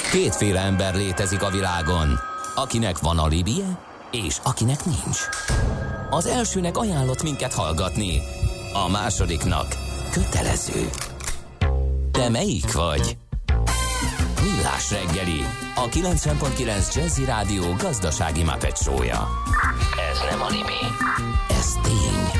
Kétféle ember létezik a világon, akinek van alibije, és akinek nincs. Az elsőnek ajánlott minket hallgatni, a másodiknak kötelező. Te melyik vagy? Millás reggeli, a 90.9 Jazzy Rádió gazdasági Muppet show-ja. Ez nem anime, ez tény.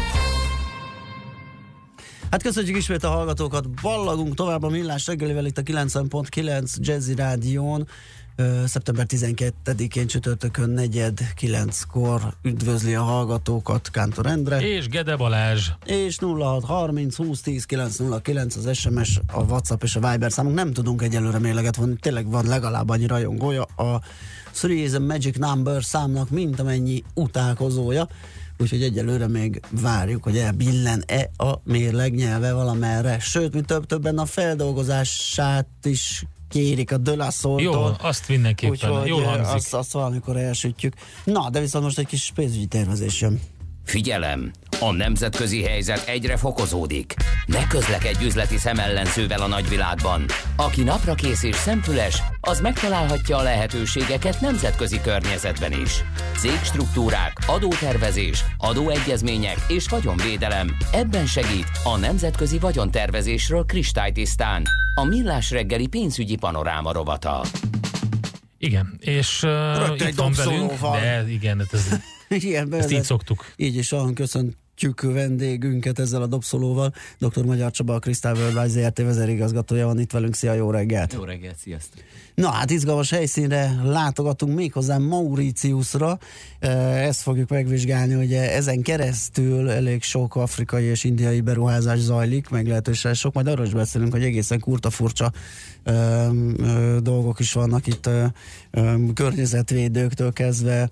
Hát köszönjük ismét a hallgatókat, ballagunk tovább a Millás reggelivel itt a 90.9 Jazzy Rádión. Szeptember 12-én csütörtökön 8:09-kor üdvözli a hallgatókat Kántor Endre és Gede Balázs és 0630 20 10 909 az SMS, a WhatsApp és a Viber számunk. Nem tudunk egyelőre mérleget vonni, tényleg van legalább annyi rajongója a 3 is a Magic Number számnak, mint amennyi utálkozója, úgyhogy egyelőre még várjuk, hogy elbillen-e a mérleg nyelve valamerre, sőt, mi többen a feldolgozását is kérik a De La Soul-tól. Jó, azt mindenképpen, úgyhogy jól hangzik. azt valamikor elsütjük. Na, de viszont most egy kis pénzügyi tervezés jön. Figyelem! A nemzetközi helyzet egyre fokozódik. Ne közlekedj üzleti szemellenzővel a nagyvilágban. Aki naprakész és szemfüles, az megtalálhatja a lehetőségeket nemzetközi környezetben is. Cégstruktúrák, adótervezés, adóegyezmények és vagyonvédelem. Ebben segít a nemzetközi vagyontervezésről kristálytisztán a Millás reggeli pénzügyi panoráma rovata. Igen, és itt van velünk, de igen, ezt így szoktuk. Így is van, köszöntjük vendégünket ezzel a dobszolóval. Dr. Magyar Csaba, a Crystal Worldwide ZRT vezérigazgatója van itt velünk. Szia, jó reggelt! Jó reggelt, sziasztok! Na hát izgalmas helyszínre látogatunk, méghozzá Mauritiusra. Ezt fogjuk megvizsgálni, hogy ezen keresztül elég sok afrikai és indiai beruházás zajlik, meglehetősen sok, majd arról is beszélünk, hogy egészen kurta-furcsa dolgok is vannak itt, környezetvédőktől kezdve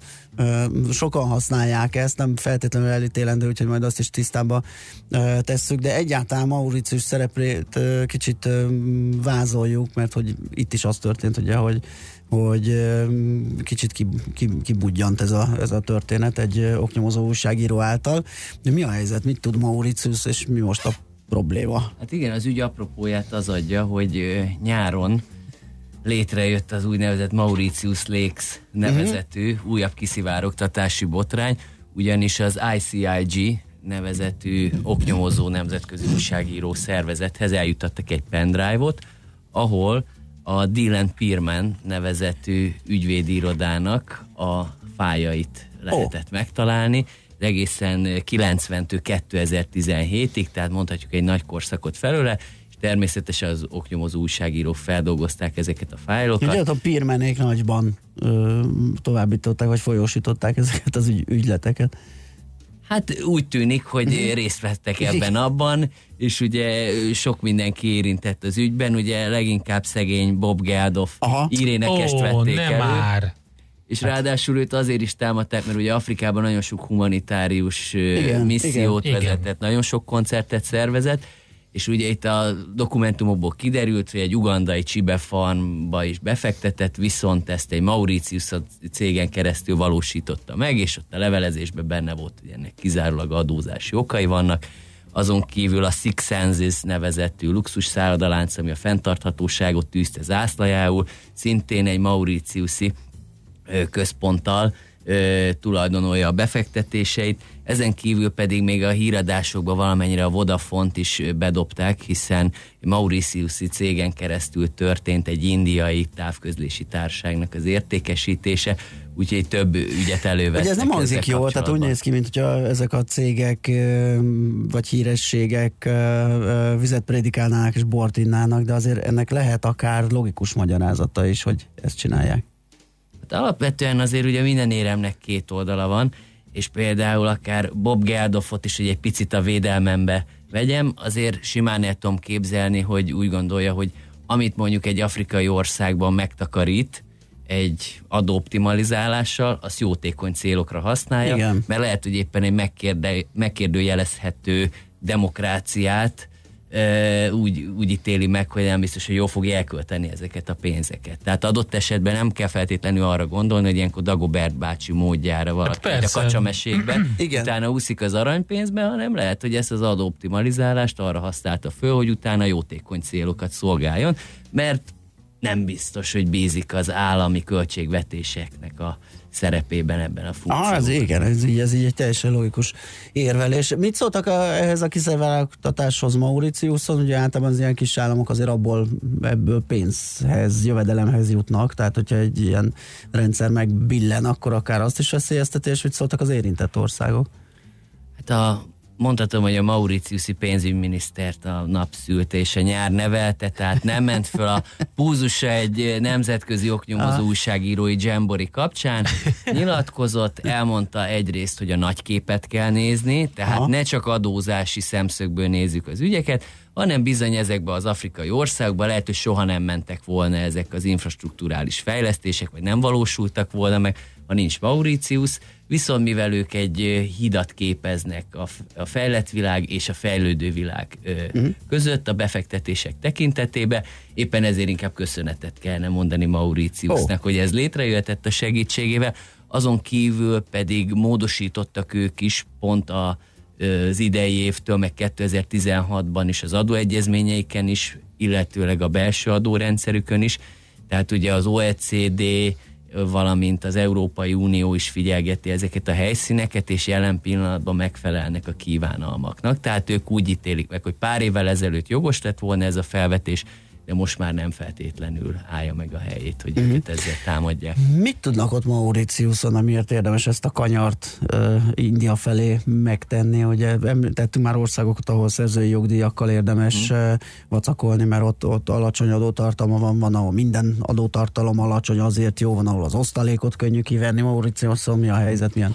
sokan használják ezt, nem feltétlenül elítélendő, úgyhogy majd azt is tisztába tesszük, de egyáltalán Mauritius szerepét kicsit vázoljuk, mert hogy itt is az történt, ugye, hogy kicsit kibudjant ez a történet egy oknyomozó újságíró által. De mi a helyzet? Mit tud Mauritius, és mi most a probléma? Hát igen, az ügy apropóját az adja, hogy nyáron létrejött az úgynevezett Mauritius Lakes nevezetű újabb kiszivárogtatási botrány, ugyanis az ICIG nevezetű oknyomozó nemzetközi újságíró szervezethez eljuttattak egy pendrive-ot, ahol a Dylan Pearman nevezetű ügyvédirodának a fájait lehetett megtalálni, egészen 90-től 2017-ig, tehát mondhatjuk egy nagy korszakot felőle, és természetesen az oknyomozó újságírók feldolgozták ezeket a fájlokat. Ugye a Pearmanék nagyban továbbították, vagy folyósították ezeket az ügyleteket. Hát úgy tűnik, hogy részt vettek ebben abban, és ugye sok mindenki érintett az ügyben, ugye leginkább szegény Bob Geldof írénekest vették elő. Már. És ráadásul őt azért is támadták, mert ugye Afrikában nagyon sok humanitárius missziót vezetett, nagyon sok koncertet szervezett, és ugye itt a dokumentumokból kiderült, hogy egy ugandai Chibe Farmba is befektetett, viszont ezt egy Mauritius cégen keresztül valósította meg, és ott a levelezésben benne volt, hogy ennek kizárólag adózási okai vannak. Azon kívül a Six Senses nevezetű luxus szállodalánc, ami a fenntarthatóságot tűzte zászlajául, szintén egy mauritiusi központtal tulajdonolja a befektetéseit, ezen kívül pedig még a híradásokban valamennyire a Vodafont is bedobták, hiszen Mauritiusi cégen keresztül történt egy indiai távközlési társaságnak az értékesítése, úgyhogy több ügyet elővettek. Ugye ez nem hangzik jól, tehát úgy néz ki, mint hogyha ezek a cégek vagy hírességek vizet prédikálnának és bort innának, de azért ennek lehet akár logikus magyarázata is, hogy ezt csinálják. Hát alapvetően azért ugye minden éremnek két oldala van, és például akár Bob Geldofot is, hogy egy picit a védelmembe vegyem, azért simán el tudom képzelni, hogy úgy gondolja, hogy amit mondjuk egy afrikai országban megtakarít egy adóoptimalizálással, azt jótékony célokra használja, igen. Mert lehet, hogy éppen egy megkérdőjelezhető demokráciát úgy ítéli meg, hogy nem biztos, hogy jól fogja elkölteni ezeket a pénzeket. Tehát adott esetben nem kell feltétlenül arra gondolni, hogy ilyenkor Dagobert bácsi módjára valaki a kacsamesékben utána úszik az aranypénzben, hanem lehet, hogy ezt az adóoptimalizálást arra használta föl, hogy utána jótékony célokat szolgáljon, mert nem biztos, hogy bízik az állami költségvetéseknek a szerepében ebben a funkcióban. Ez igen, ez így egy teljesen logikus érvelés. Mit szóltak ehhez a kiszervállaltatáshoz Mauritiuson? Ugye általában az ilyen kis államok azért ebből pénzhez, jövedelemhez jutnak, tehát hogyha egy ilyen rendszer megbillen, akkor akár azt is veszélyezteti, és mit szóltak az érintett országok? Hát mondhatom, hogy a mauritiuszi pénzügyminisztert a nap szülte és a nyár nevelte, tehát nem ment föl a púzusa egy nemzetközi oknyomozó újságírói dzsembori kapcsán. Nyilatkozott, elmondta egyrészt, hogy a nagy képet kell nézni, tehát ne csak adózási szemszögből nézzük az ügyeket, hanem bizony ezekbe az afrikai országokba lehet, hogy soha nem mentek volna ezek az infrastrukturális fejlesztések, vagy nem valósultak volna meg, ha nincs Mauritius, viszont mivel ők egy hidat képeznek a fejlett világ és a fejlődő világ között a befektetések tekintetében, éppen ezért inkább köszönetet kellene mondani Mauritiusnak, hogy ez létrejöhetett a segítségével, azon kívül pedig módosítottak ők is pont az idei évtől, meg 2016-ban is az adóegyezményeiken is, illetőleg a belső adórendszerükön is, tehát ugye az OECD, valamint az Európai Unió is figyelgeti ezeket a helyszíneket, és jelen pillanatban megfelelnek a kívánalmaknak. Tehát ők úgy ítélik meg, hogy pár évvel ezelőtt jogos lett volna ez a felvetés, de most már nem feltétlenül állja meg a helyét, hogy őket ezzel támadják. Mit tudnak ott Mauritiuson, amiért érdemes ezt a kanyart India felé megtenni? Ugye említettünk már országokat, ahol szerzői jogdíjakkal érdemes vacakolni, mert ott alacsony adótartalma van, ahol minden adótartalom alacsony, azért jó, van, ahol az osztalékot könnyű kivenni. Mauritiuson mi a helyzet, milyen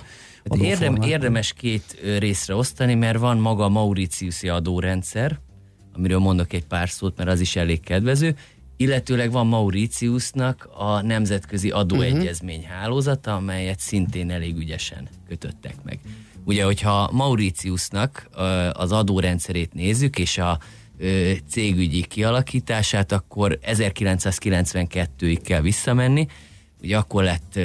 érdemes két részre osztani, mert van maga a mauritiuszi adórendszer, amiről mondok egy pár szót, mert az is elég kedvező, illetőleg van Mauritiusnak a nemzetközi adóegyezmény hálózata, amelyet szintén elég ügyesen kötöttek meg. Ugye, hogyha Mauritiusnak az adórendszerét nézzük, és a cégügyi kialakítását, akkor 1992-ig kell visszamenni, ugye akkor lett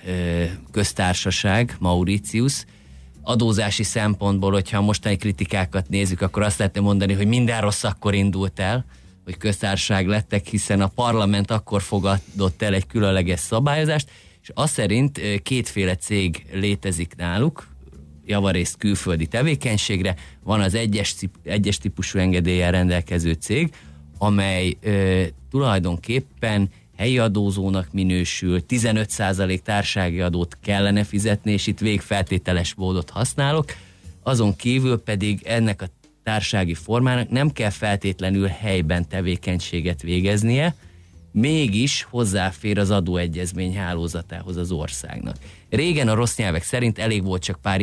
köztársaság Mauritius. Adózási szempontból, hogyha a mostani kritikákat nézzük, akkor azt lehetne mondani, hogy minden rossz akkor indult el, hogy köztársaság lettek, hiszen a parlament akkor fogadott el egy különleges szabályozást, és azt szerint kétféle cég létezik náluk, javarészt külföldi tevékenységre. Van az egyes típusú engedéllyel rendelkező cég, amely tulajdonképpen helyi adózónak minősül, 15% társasági adót kellene fizetni, és itt végfeltételes módot használok, azon kívül pedig ennek a társasági formának nem kell feltétlenül helyben tevékenységet végeznie, mégis hozzáfér az adóegyezmény hálózatához az országnak. Régen a rossz nyelvek szerint elég volt csak pár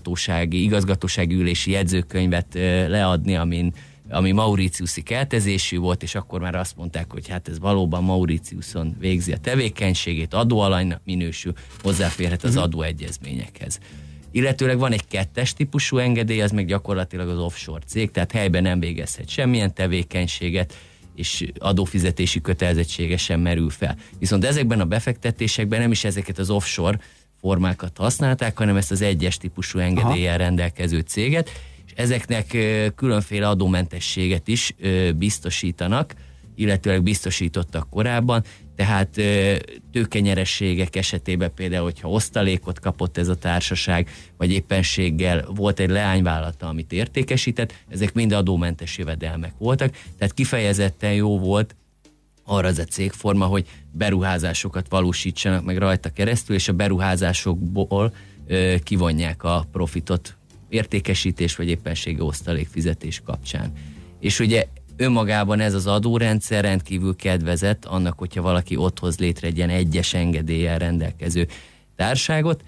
igazgatósági ülési jegyzőkönyvet leadni, ami mauritiuszi keltezésű volt, és akkor már azt mondták, hogy hát ez valóban Mauritiuson végzi a tevékenységét, adóalanynak minősül, hozzáférhet az adóegyezményekhez. Illetőleg van egy 2-es típusú engedély, az meg gyakorlatilag az offshore cég, tehát helyben nem végezhet semmilyen tevékenységet, és adófizetési kötelezettsége sem merül fel. Viszont ezekben a befektetésekben nem is ezeket az offshore formákat használták, hanem ezt az 1-es típusú engedéllyel rendelkező céget, és ezeknek különféle adómentességet is biztosítanak, illetőleg biztosítottak korábban, tehát tőkenyerességek esetében például, hogyha osztalékot kapott ez a társaság, vagy éppenséggel volt egy leányvállalata, amit értékesített, ezek mind adómentes jövedelmek voltak, tehát kifejezetten jó volt arra az a cégforma, hogy beruházásokat valósítsanak meg rajta keresztül, és a beruházásokból kivonják a profitot értékesítés, vagy éppenséggel osztalékfizetés kapcsán. És ugye önmagában ez az adórendszer rendkívül kedvezett annak, hogyha valaki ott hoz létre egy ilyen 1-es engedéllyel rendelkező társaságot,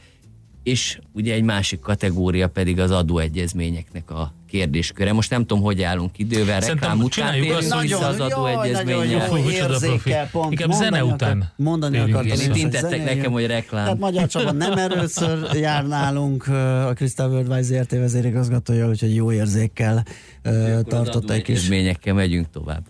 és ugye egy másik kategória pedig az adóegyezményeknek a kérdésköre. Most nem tudom, hogy állunk idővel, reklám után térünk vissza az adóegyezménnyel. Inkább zene után. Mondani akartam. Itt intettek nekem, hogy reklám. Tehát Magyar Csaba nem először jár nálunk, a Crystal Worldwide ZRT vezérigazgatója, úgyhogy jó érzékkel tartott egy kis... Adóegyezményekkel megyünk tovább.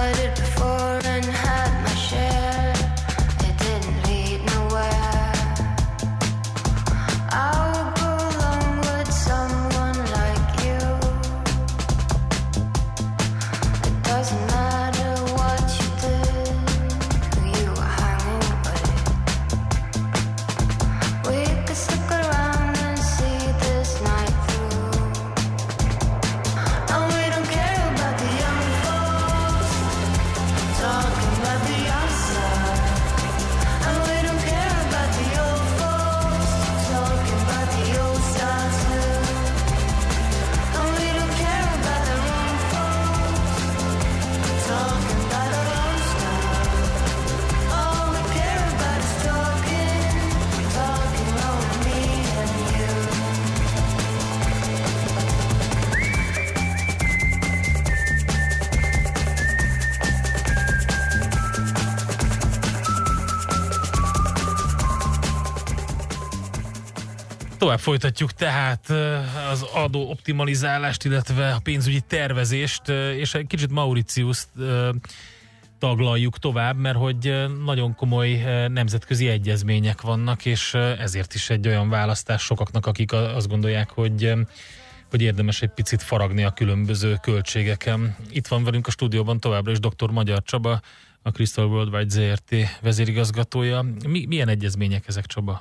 Tovább folytatjuk tehát az adó optimalizálást, illetve a pénzügyi tervezést, és egy kicsit Mauritiust taglaljuk tovább, mert hogy nagyon komoly nemzetközi egyezmények vannak, és ezért is egy olyan választás sokaknak, akik azt gondolják, hogy érdemes egy picit faragni a különböző költségeken. Itt van velünk a stúdióban továbbra is dr. Magyar Csaba, a Crystal Worldwide ZRT vezérigazgatója. Milyen egyezmények ezek, Csaba?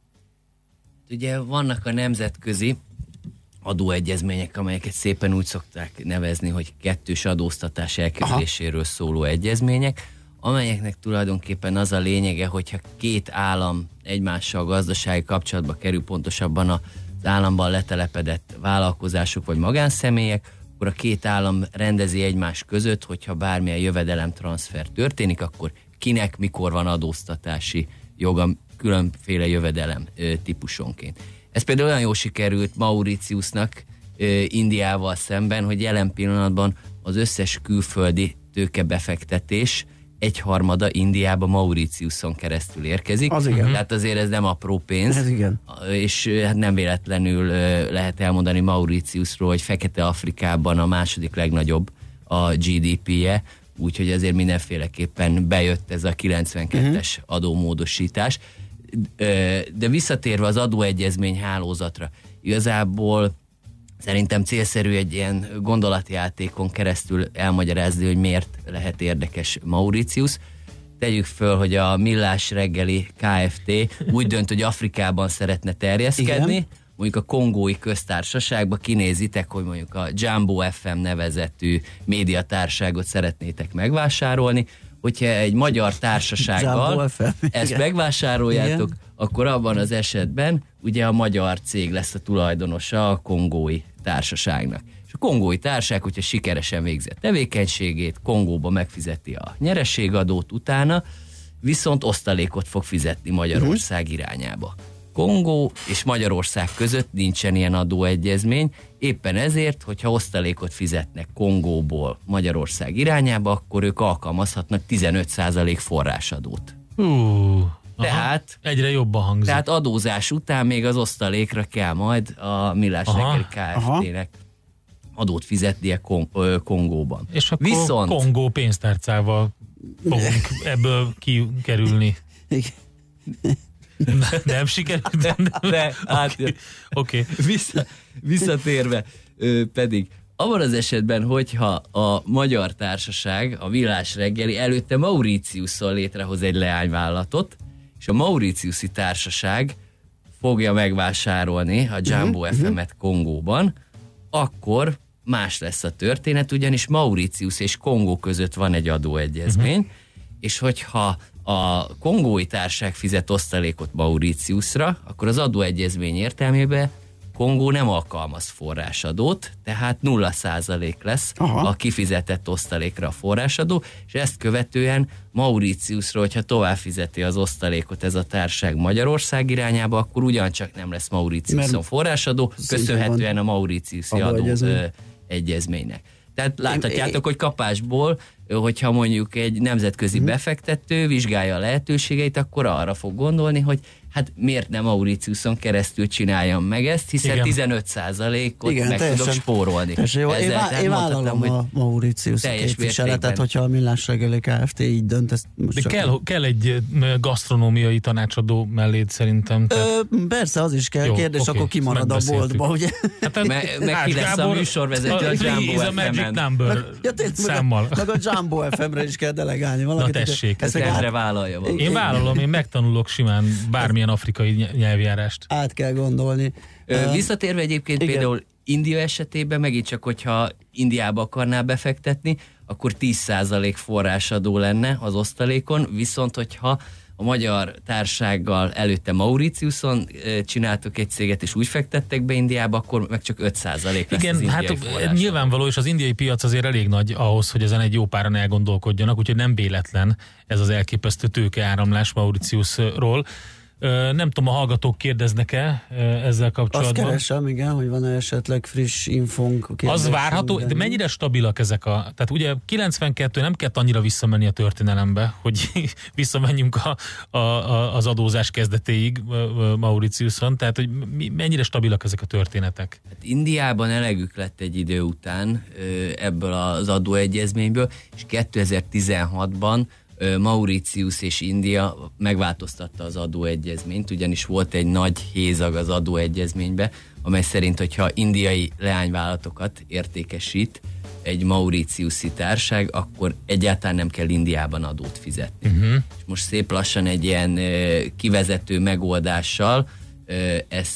Ugye vannak a nemzetközi adóegyezmények, amelyeket szépen úgy szokták nevezni, hogy kettős adóztatás elkerüléséről szóló egyezmények, amelyeknek tulajdonképpen az a lényege, hogyha két állam egymással gazdasági kapcsolatba kerül, pontosabban az államban letelepedett vállalkozások vagy magánszemélyek, akkor a két állam rendezi egymás között, hogyha bármilyen jövedelemtranszfer történik, akkor kinek mikor van adóztatási joga különféle jövedelem típusonként. Ez például olyan jól sikerült Mauritiusnak Indiával szemben, hogy jelen pillanatban az összes külföldi tőkebefektetés egyharmada Indiába Mauritiuson keresztül érkezik. Az igen. Tehát azért ez nem apró pénz. Ez igen. És hát nem véletlenül lehet elmondani Mauritiusról, hogy Fekete-Afrikában a második legnagyobb a GDP-je, úgyhogy azért mindenféleképpen bejött ez a 92-es adómódosítás. De visszatérve az adóegyezmény hálózatra, igazából szerintem célszerű egy ilyen gondolatjátékon keresztül elmagyarázni, hogy miért lehet érdekes Mauritius. Tegyük föl, hogy a Millás reggeli Kft. Úgy dönt, hogy Afrikában szeretne terjeszkedni. Igen. Mondjuk a Kongói Köztársaságba kinézitek, hogy mondjuk a Jumbo FM nevezetű médiatárságot szeretnétek megvásárolni. Hogyha egy magyar társasággal ezt megvásároljátok, akkor abban az esetben ugye a magyar cég lesz a tulajdonosa a kongói társaságnak. És a kongói társaság, hogyha sikeresen végzett tevékenységét, Kongóba megfizeti a nyereségadót utána, viszont osztalékot fog fizetni Magyarország irányába. Kongó és Magyarország között nincsen ilyen adóegyezmény, éppen ezért, hogyha osztalékot fizetnek Kongóból Magyarország irányába, akkor ők alkalmazhatnak 15% forrásadót. Tehát egyre jobban hangzik. Tehát adózás után még az osztalékra kell majd a Millás reggeli Kft-nek adót fizetnie Kongóban. És akkor Kongó pénztárcával fogunk ebből kikerülni. Nem sikerült? Okay. Visszatérve pedig, abban az esetben, hogyha a magyar társaság, a Millás reggeli előtte Mauritiuson létrehoz egy leányvállalatot, és a Mauritiusi társaság fogja megvásárolni a Jumbo FM-et Kongóban, akkor más lesz a történet, ugyanis Mauritius és Kongó között van egy adóegyezmény, és hogyha a kongói társaság fizet osztalékot Mauritiusra, akkor az adóegyezmény értelmében Kongó nem alkalmaz forrásadót, tehát 0% lesz a kifizetett osztalékra a forrásadó, és ezt követően Mauritiusra, hogyha tovább fizeti az osztalékot ez a társaság Magyarország irányába, akkor ugyancsak nem lesz Mauritiuson forrásadó, köszönhetően a Mauritiusi adó egyezménynek. Tehát láthatjátok, hogy kapásból hogyha mondjuk egy nemzetközi befektető vizsgálja a lehetőségeit, akkor arra fog gondolni, hogy hát miért nem Mauritiuson keresztül csináljam meg ezt, hiszen 15%-ot meg tudok spórolni. Én vállalom a Mauritius képviseletet, hogyha a Millás reggeli Kft. Így dönt. Ezt most de kell egy gasztronómiai tanácsadó melléd szerintem. Persze, az is kell. Jó, kérdés, akkor ki marad a boltba, ugye? Hát, meg ki lesz a műsorvezető a Jumbo FM-en. Számmal. Meg a Jumbo FM-re is kell delegálni valakit. Na tessék. Ezre vállalja valami. Én vállalom, én megtanulok simán bármilyen afrikai nyelvjárást. Át kell gondolni. Visszatérve egyébként például India esetében, megint csak, hogyha Indiába akarnál befektetni, akkor 10% forrásadó lenne az osztalékon, viszont hogyha a magyar társággal előtte Mauritiuson csináltok egy céget, és úgy fektettek be Indiába, akkor meg csak 5% lesz. Igen, hát nyilvánvaló, és az indiai piac azért elég nagy ahhoz, hogy ezen egy jó páran elgondolkodjanak, úgyhogy nem véletlen ez az elképesztő tőkeáramlás Mauritiusról. Nem tudom, a hallgatók kérdeznek-e ezzel kapcsolatban? Azt keresem, igen, hogy van-e esetleg friss infónk. Az várható, de mennyire stabilak ezek tehát ugye 92 nem kellett annyira visszamenni a történelembe, hogy visszamenjünk az adózás kezdetéig Mauritiuson, tehát hogy mennyire stabilak ezek a történetek? Hát Indiában elegük lett egy idő után ebből az adóegyezményből, és 2016-ban Mauritius és India megváltoztatta az adóegyezményt, ugyanis volt egy nagy hézag az adóegyezménybe, amely szerint, hogyha indiai leányvállalatokat értékesít egy mauritiusi társaság, akkor egyáltalán nem kell Indiában adót fizetni. És most szép lassan egy ilyen kivezető megoldással ezt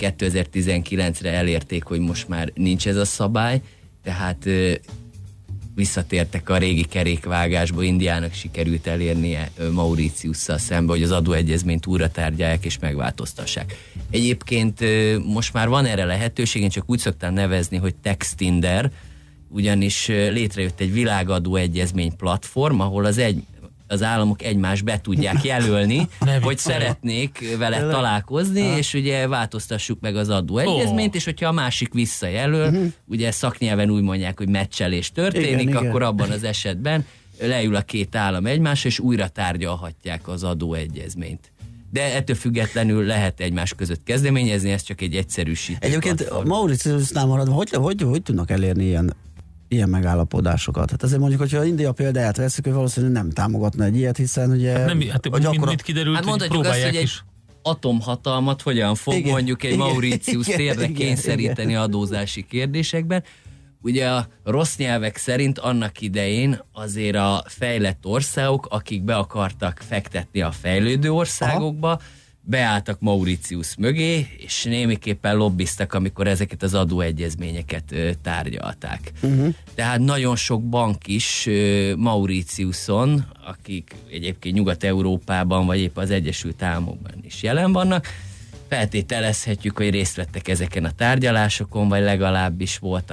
2019-re elérték, hogy most már nincs ez a szabály, tehát visszatértek a régi kerékvágásba, Indiának sikerült elérnie Mauritiusszal szembe, hogy az adóegyezményt újra tárgyalják és megváltoztassák. Egyébként most már van erre lehetőség, én csak úgy szoktam nevezni, hogy Textinder, ugyanis létrejött egy világadóegyezmény platform, ahol az államok egymást be tudják jelölni, hogy szeretnék vele találkozni, és ugye változtassuk meg az adóegyezményt, és hogyha a másik visszajelöl, ugye szaknyelven úgy mondják, hogy meccselés történik, akkor abban az esetben leül a két állam egymásra, és újra tárgyalhatják az adóegyezményt. De ettől függetlenül lehet egymás között kezdeményezni, ez csak egy egyszerűsítő Egyébként platform. Mauritiusnál maradva, hogy tudnak elérni ilyen megállapodásokat? Hát azért mondjuk, hogyha India példáját veszük, hogy valószínűleg nem támogatna egy ilyet, hiszen ugye... Mit kiderült, hát mondhatjuk azt, hogy egy atomhatalmat hogyan fog mondjuk egy Mauritius térre kényszeríteni adózási kérdésekben. Ugye a rossz nyelvek szerint annak idején azért a fejlett országok, akik be akartak fektetni a fejlődő országokba, beálltak Mauritius mögé, és némiképpen lobbiztak, amikor ezeket az adóegyezményeket tárgyalták. Tehát nagyon sok bank is Mauritiuson, akik egyébként Nyugat-Európában, vagy épp az Egyesült Államokban is jelen vannak, feltételezhetjük, hogy részt vettek ezeken a tárgyalásokon, vagy legalábbis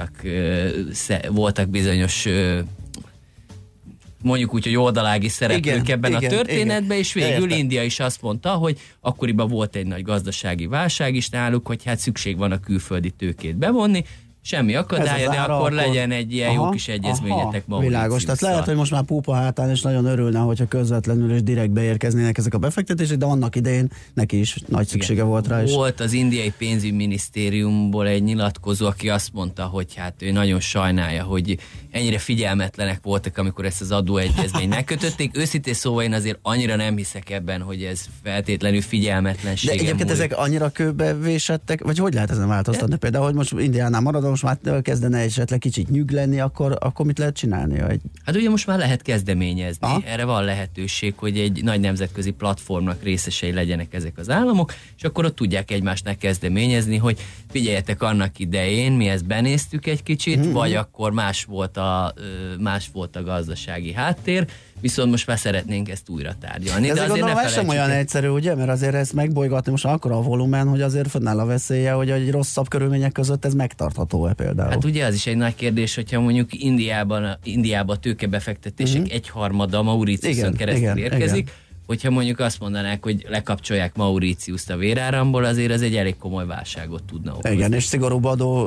voltak bizonyos mondjuk úgy, hogy oldalági szereplők ebben a történetben, és végül India is azt mondta, hogy akkoriban volt egy nagy gazdasági válság is náluk, hogy hát szükség van a külföldi tőkét bevonni, semmi akadálya, de akkor legyen egy ilyen jó kis egyezményetek Mauritiusszal. Világos, tehát lehet, hogy most már púpa hátán és nagyon örülne, hogyha közvetlenül és direkt beérkeznének ezek a befektetések, de annak idején neki is nagy szüksége volt rá. Volt az indiai pénzügyminisztériumból egy nyilatkozó, aki azt mondta, hogy hát ő nagyon sajnálja, hogy ennyire figyelmetlenek voltak, amikor ezt az adóegyezményt megkötötték. Őszintén szóval én azért annyira nem hiszek ebben, hogy ez feltétlenül figyelmetlenségem. De egyébként ezek annyira kőbevésettek, vagy hogy lehet ezen változtatni? Például, hogy most Indiánál maradom, most már kezdene esetleg kicsit nyügleni, akkor mit lehet csinálni? Hát ugye most már lehet kezdeményezni. Erre van lehetőség, hogy egy nagy nemzetközi platformnak részesei legyenek ezek az államok, és akkor ott tudják egymásnak kezdeményezni, hogy figyeljetek, annak idején mi ezt benéztük egy kicsit, vagy akkor más volt a gazdasági háttér, viszont most már szeretnénk ezt újra tárgyalni. De azért ez sem olyan egyszerű, ugye? Mert azért ezt megbolygatni most akkora a volumen, hogy azért fönnáll a veszélye, hogy egy rosszabb körülmények között ez megtartható-e például? Hát ugye az is egy nagy kérdés, hogyha mondjuk Indiában tőkebefektetések egyharmada Mauritiuson keresztül érkezik, hogyha mondjuk azt mondanák, hogy lekapcsolják Mauritiust a véráramból, azért ez egy elég komoly válságot tudna okozni. Igen, és szigorúbb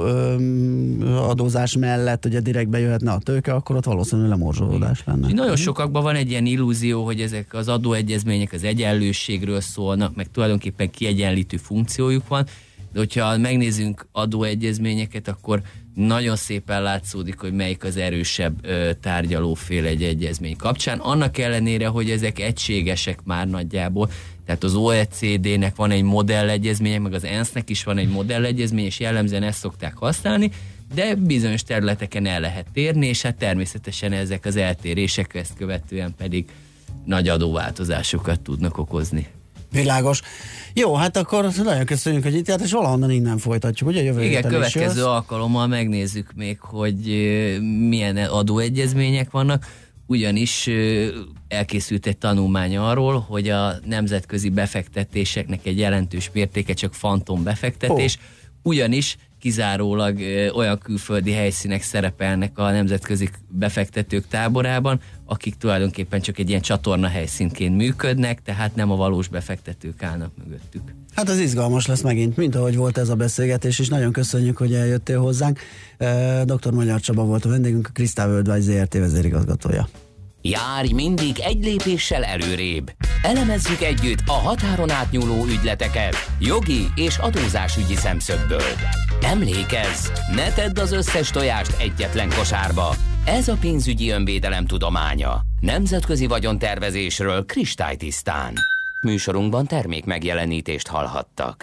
adózás mellett ugye direkt bejöhetne a tőke, akkor ott valószínűleg lemorzsolódás lenne. Nagyon sokakban van egy ilyen illúzió, hogy ezek az adóegyezmények az egyenlőségről szólnak, meg tulajdonképpen kiegyenlítő funkciójuk van, de hogyha megnézzünk adóegyezményeket, akkor nagyon szépen látszódik, hogy melyik az erősebb tárgyalófél egy egyezmény kapcsán. Annak ellenére, hogy ezek egységesek már nagyjából, tehát az OECD-nek van egy modellegyezménye, meg az ENSZ-nek is van egy modellegyezmény, és jellemzően ezt szokták használni, de bizonyos területeken el lehet térni, és hát természetesen ezek az eltérések ezt követően pedig nagy adóváltozásokat tudnak okozni. Világos. Jó, hát akkor nagyon köszönjük, hogy itt járt, és valahonnan innen folytatjuk, ugye jövő igen, következő jössz. alkalommal megnézzük még, hogy milyen adóegyezmények vannak, ugyanis elkészült egy tanulmány arról, hogy a nemzetközi befektetéseknek egy jelentős mértéke csak fantom befektetés, ugyanis kizárólag olyan külföldi helyszínek szerepelnek a nemzetközi befektetők táborában, akik tulajdonképpen csak egy ilyen csatorna helyszínként működnek, tehát nem a valós befektetők állnak mögöttük. Hát ez izgalmas lesz megint, mint ahogy volt ez a beszélgetés, és nagyon köszönjük, hogy eljöttél hozzánk. Dr. Magyar Csaba volt a vendégünk, a Crystal Worldwide ZRT vezérigazgatója. Járj mindig egy lépéssel előrébb. Elemezzük együtt a határon átnyúló ügyleteket jogi és adózásügyi szemszögből. Emlékezz, ne tedd az összes tojást egyetlen kosárba. Ez a pénzügyi önvédelem tudománya. Nemzetközi vagyontervezésről kristálytisztán. Műsorunkban termék megjelenítést hallhattak.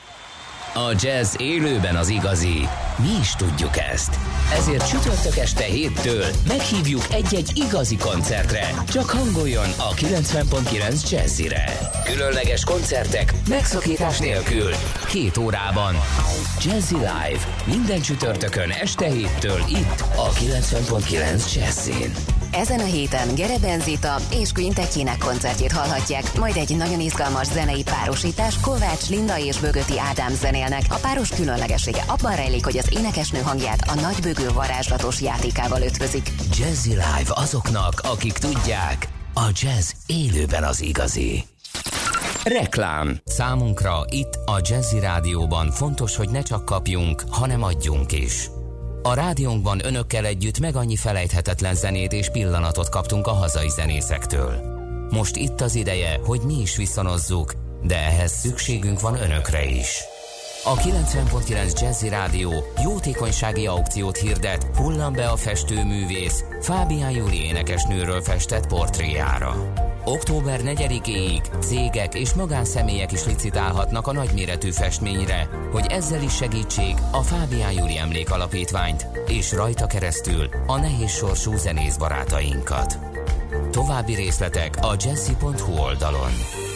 A jazz élőben az igazi. Mi is tudjuk ezt. Ezért csütörtök este 7-től meghívjuk egy-egy igazi koncertre. Csak hangoljon a 90.9 Jazzire. Különleges koncertek megszakítás nélkül. 2 órában. Jazzy Live. Minden csütörtökön este 7-től itt a 90.9 Jazzin. Ezen a héten Gereben Zita és Queen Tekinek koncertjét hallhatják, majd egy nagyon izgalmas zenei párosítás, Kovács Linda és Bögöti Ádám zenélnek. A páros különlegessége abban rejlik, hogy az énekesnő hangját a nagybögő varázslatos játékával ötvözik. Jazzy Live azoknak, akik tudják, a jazz élőben az igazi. Reklám. Számunkra itt a Jazzy Rádióban fontos, hogy ne csak kapjunk, hanem adjunk is. A rádiónkban önökkel együtt meg annyi felejthetetlen zenét és pillanatot kaptunk a hazai zenészektől. Most itt az ideje, hogy mi is viszonozzuk, de ehhez szükségünk van önökre is. A 90.9 Jazzy Rádió jótékonysági aukciót hirdet Hullam be a festőművész Fábián Júli énekesnőről festett portréjára. Október 4-éig cégek és magánszemélyek is licitálhatnak a nagyméretű festményre, hogy ezzel is segítsék a Fábián Júli Emlékalapítványt és rajta keresztül a nehéz sorsú zenészbarátainkat. További részletek a jazzy.hu oldalon.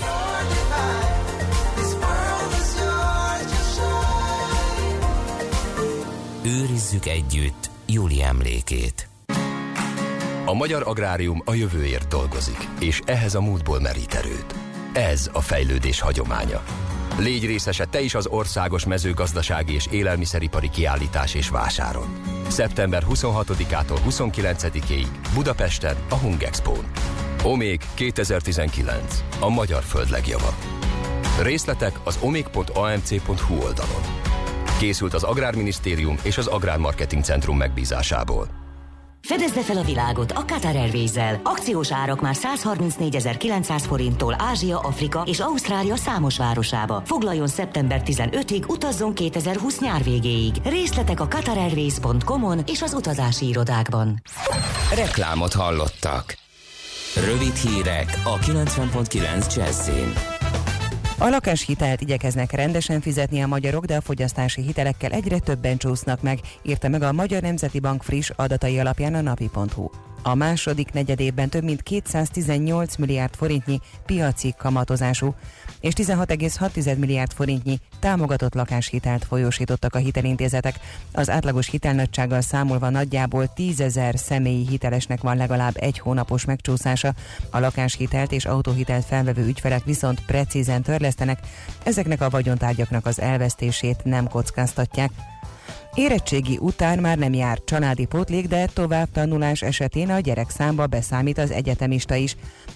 Őrizzük együtt Júli emlékét. A magyar agrárium a jövőért dolgozik, és ehhez a múltból merít erőt. Ez a fejlődés hagyománya. Légy részese te is az országos mezőgazdasági és élelmiszeripari kiállítás és vásáron. Szeptember 26-ától 29-ig Budapesten a Hungexpón. Omék 2019. A magyar föld legjava. Részletek az omék.amc.hu oldalon. Készült az Agrárminisztérium és az Agrármarketing Centrum megbízásából. Fedezze fel a világot a Qatar Airways-zel. Akciós árak már 134.900 forinttól Ázsia, Afrika és Ausztrália számos városába. Foglaljon szeptember 15-ig, utazzon 2020 nyár végéig. Részletek a qatarairways.com-on és az utazási irodákban. Reklámot hallottak. Rövid hírek a 90.9 Jazzin. A lakáshitelt igyekeznek rendesen fizetni a magyarok, de a fogyasztási hitelekkel egyre többen csúsznak meg, írta meg a Magyar Nemzeti Bank friss adatai alapján a napi.hu. A második negyedévben több mint 218 milliárd forintnyi piaci kamatozású és 16,6 milliárd forintnyi támogatott lakáshitelt folyósítottak a hitelintézetek. Az átlagos hitelnagysággal számolva nagyjából 10 000 személyi hitelesnek van legalább egy hónapos megcsúszása. A lakáshitelt és autóhitelt felvevő ügyfelek viszont precízen törlesztenek, ezeknek a vagyontárgyaknak az elvesztését nem kockáztatják. Érettségi után már nem jár családi pótlék, de tovább tanulás esetén a gyerekszámba beszámít az egyetemista is.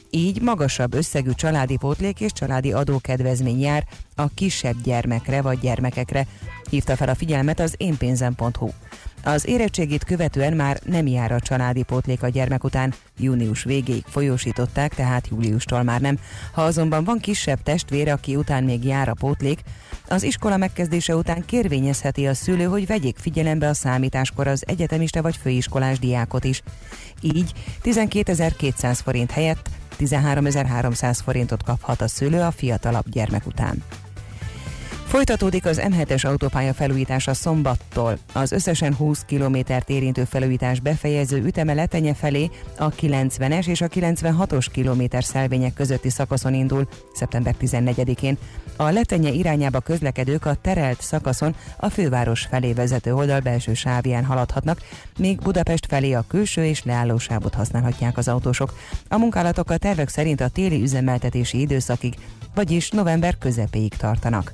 Így magasabb összegű családi pótlék és családi adókedvezmény jár a kisebb gyermekre vagy gyermekekre, hívta fel a figyelmet az énpénzem.hu. Az érettségit követően már nem jár a családi pótlék a gyermek után, június végéig folyósították, tehát júliustól már nem. Ha azonban van kisebb testvér, aki után még jár a pótlék, az iskola megkezdése után kérvényezheti a szülő, hogy vegyék figyelembe a számításkor az egyetemista vagy főiskolás diákot is. Így 12.200 forint helyett 13.300 forintot kaphat a szülő a fiatalabb gyermek után. Folytatódik az M7-es autópálya felújítása szombattól. Az összesen 20 kilométert érintő felújítás befejező üteme Letenye felé a 90-es és a 96-os kilométerszelvények közötti szakaszon indul szeptember 14-én. A Letenye irányába közlekedők a terelt szakaszon a főváros felé vezető oldal belső sávján haladhatnak, míg Budapest felé a külső és leállósávot használhatják az autósok. A munkálatok a tervek szerint a téli üzemeltetési időszakig, vagyis november közepéig tartanak.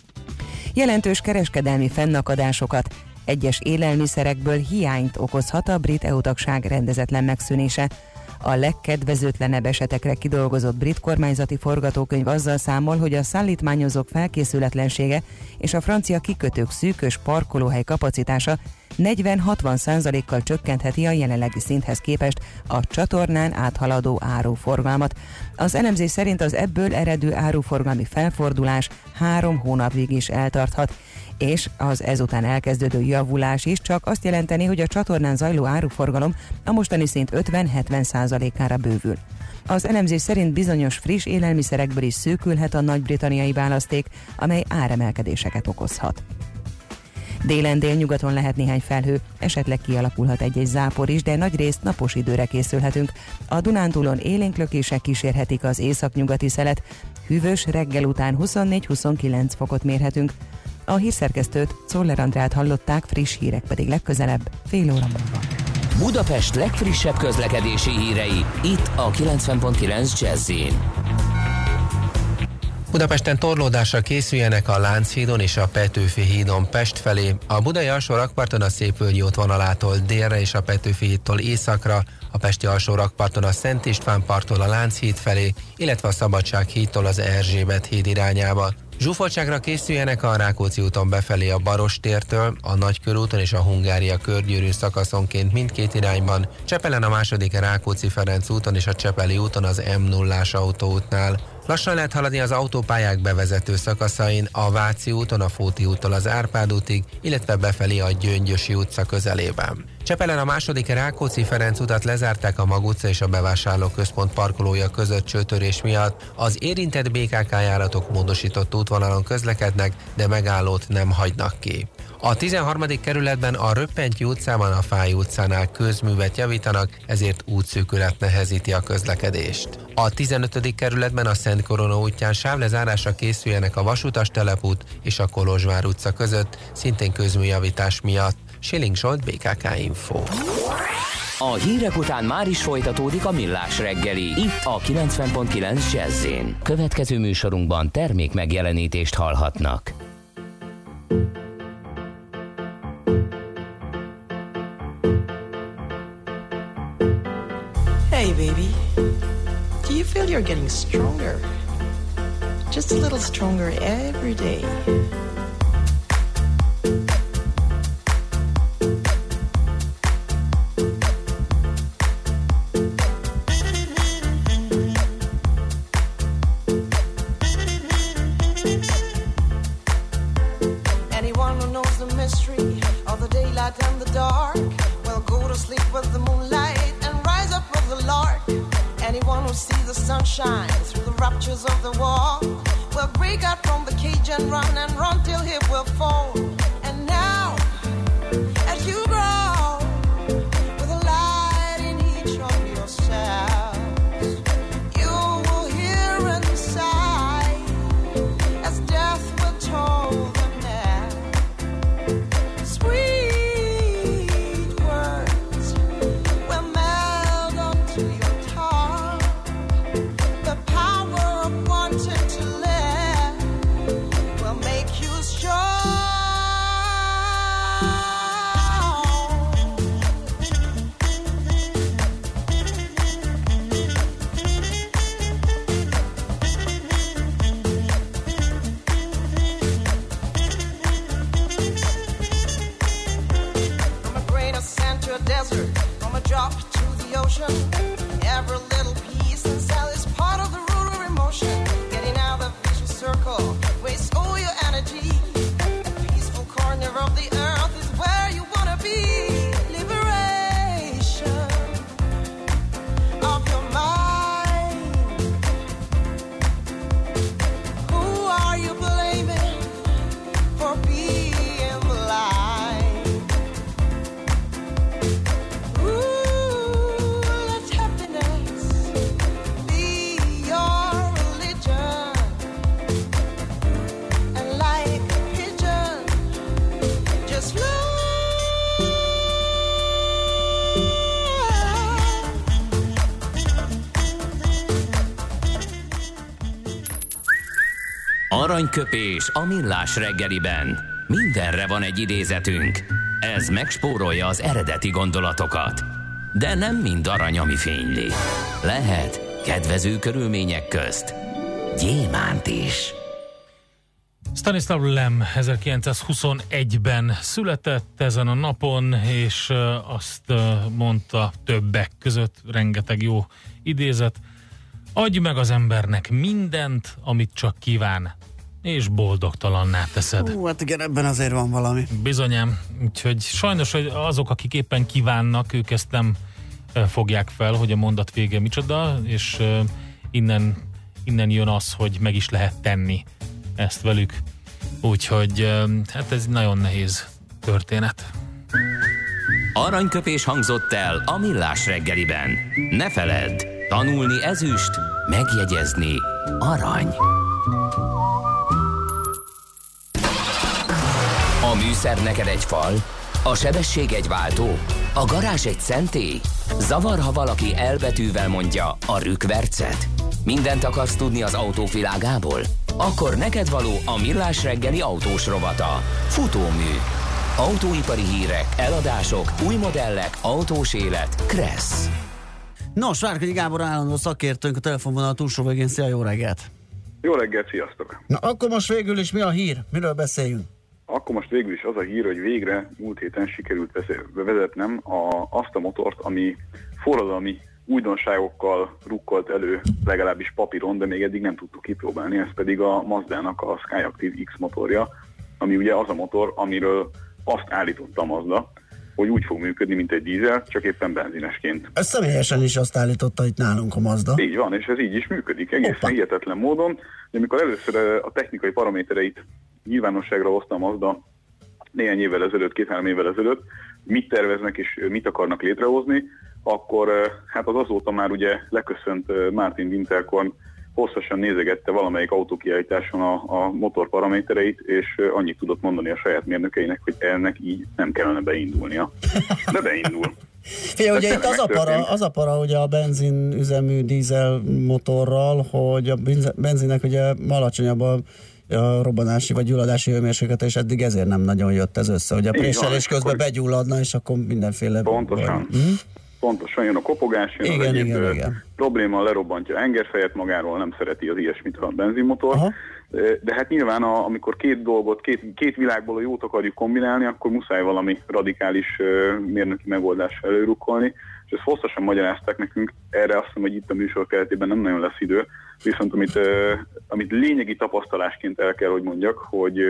Jelentős kereskedelmi fennakadásokat, egyes élelmiszerekből hiányt okozhat a brit EU-tagság rendezetlen megszűnése. A legkedvezőtlenebb esetekre kidolgozott brit kormányzati forgatókönyv azzal számol, hogy a szállítmányozók felkészületlensége és a francia kikötők szűkös parkolóhely kapacitása 40-60%-kal csökkentheti a jelenlegi szinthez képest a csatornán áthaladó áruforgalmat. Az elemzés szerint az ebből eredő áruforgalmi felfordulás 3 hónapig is eltarthat, és az ezután elkezdődő javulás is csak azt jelenteni, hogy a csatornán zajló áruforgalom a mostani szint 50-70%-ára bővül. Az elemzés szerint bizonyos friss élelmiszerekből is szűkülhet a nagy-britanniai választék, amely áremelkedéseket okozhat. Délen délnyugaton lehet néhány felhő, esetleg kialakulhat egy-egy zápor is, de nagyrészt napos időre készülhetünk. A Dunántúlon élénklökések kísérhetik az északnyugati szelet, hűvös reggel után 24-29 fokot mérhetünk. A hírszerkesztőt, Czoller Andrát hallották, friss hírek pedig legközelebb, fél óra múlva. Budapest legfrissebb közlekedési hírei, itt a 90.9 Jazz-in. Budapesten torlódásra készüljenek a Lánchídon és a Petőfi hídon Pest felé, a budai alsó rakparton a Szépvölgyi útvonalától délre és a Petőfi hídtól északra, a pesti alsó rakparton a Szent István parttól a Lánchíd felé, illetve a Szabadság hídtól az Erzsébet híd irányába. Zsúfoltságra készüljenek a Rákóczi úton befelé a Barostértől, a Nagykörúton és a Hungária körgyűrűn szakaszonként mindkét irányban, Csepelen a második Rákóczi-Ferenc úton és a Csepeli úton az M0-ás autóútnál. Lassan lehet haladni az autópályák bevezető szakaszain, a Váci úton a Fóti úttól az Árpád útig, illetve befelé a Gyöngyösi utca közelében. Csepelen a második Rákóczi-Ferenc utat lezárták a Mag utca és a bevásárlóközpont parkolója között csőtörés miatt. Az érintett BKK járatok módosított útvonalon közlekednek, de megállót nem hagynak ki. A 13. kerületben a Röppentyű utcában a Fáy utcánál közművet javítanak, ezért útszűkület nehezíti a közlekedést. A 15. kerületben a Szent Korona útján sávlezárásra készüljenek a Vasutas telepút és a Kolozsvár utca között, szintén közműjavítás miatt. Schilling Zsolt, BKK Info. A hírek után már is folytatódik a Millás reggeli, itt a 90.9 Jazz-in. Következő műsorunkban termék megjelenítést hallhatnak. Hey baby, do you feel you're getting stronger? Just a little stronger every day. Anyone who knows the mystery of the daylight and the dark will go to sleep with the moonlight and rise up with the lark. Anyone who sees the sunshine through the raptures of the wall will break out from the cage and run till he will fall. And now, as you grow with a light in each of yourselves, you will hear inside as death will toll the net. Sweet words will melt onto your tongue. The power of wanting to live will make you strong. Aranyköpés a millás reggeliben. Mindenre van egy idézetünk. Ez megspórolja az eredeti gondolatokat. De nem mind arany, ami fényli. Lehet kedvező körülmények közt gyémánt is. Stanislav Lem 1921-ben született ezen a napon, és azt mondta többek között, rengeteg jó idézet: adj meg az embernek mindent, amit csak kíván, és boldogtalanná teszed. Hát igen, ebben azért van valami. Bizonyám, úgyhogy sajnos hogy azok, akik éppen kívánnak, ők ezt nem fogják fel, hogy a mondat vége micsoda, és innen jön az, hogy meg is lehet tenni ezt velük. Úgyhogy hát ez nagyon nehéz történet. Aranyköpés hangzott el a millás reggeliben. Ne feledd, tanulni ezüst, megjegyezni arany. A műszer neked egy fal, a sebesség egy váltó, a garázs egy szentély. Zavar, ha valaki elbetűvel mondja a rükvercet. Mindent akarsz tudni az autóvilágából? Akkor neked való a millás reggeli autós rovata. Futómű. Autóipari hírek, eladások, új modellek, autós élet. Kressz. Nos, Várkonyi Gábor állandó szakértőnk a telefonvonal túlsó végén. Szia, jó reggelt! Jó reggelt, sziasztok! Na, akkor most végül is mi a hír? Miről beszéljünk? Akkor most végül is az a hír, hogy végre múlt héten sikerült bevezetnem azt a motort, ami forradalmi újdonságokkal rukkolt elő, legalábbis papíron, de még eddig nem tudtuk kipróbálni, ez pedig a Mazdának a Skyactiv X motorja, ami ugye az a motor, amiről azt állította a Mazda, hogy úgy fog működni, mint egy dízel, csak éppen benzinesként. Ez személyesen is azt állította itt nálunk a Mazda. Így van, és ez így is működik, egészen hihetetlen módon. De amikor először a technikai paramétereit nyilvánosságra hozta a Mazda néhány évvel ezelőtt, 2-3 évvel ezelőtt, mit terveznek és mit akarnak létrehozni, akkor hát az azóta már ugye leköszönt Martin Winterkorn hosszasan nézegette valamelyik autókiállításon a motor paramétereit, és annyit tudott mondani a saját mérnökeinek, hogy ennek így nem kellene beindulnia. De beindul. Fé, ugye itt az a para ugye a benzinüzemű dízel motorral, hogy a benzinnek ugye alacsonyabb a robbanási vagy gyulladási hőmérséklete, és eddig ezért nem nagyon jött ez össze, hogy a préselés közben begyulladna, és akkor mindenféle... Pontosan. Pontosan jön a kopogás, jön igen. Probléma, lerobbantja engerfejet magáról, nem szereti az ilyesmit a benzinmotor. Aha. De hát nyilván, amikor két dolgot, két világból a jót akarjuk kombinálni, akkor muszáj valami radikális mérnöki megoldással előrukkolni, és ezt hosszasan magyarázták nekünk, erre azt hiszem, hogy itt a műsor keretében nem nagyon lesz idő, viszont amit lényegi tapasztalásként el kell, hogy mondjak, hogy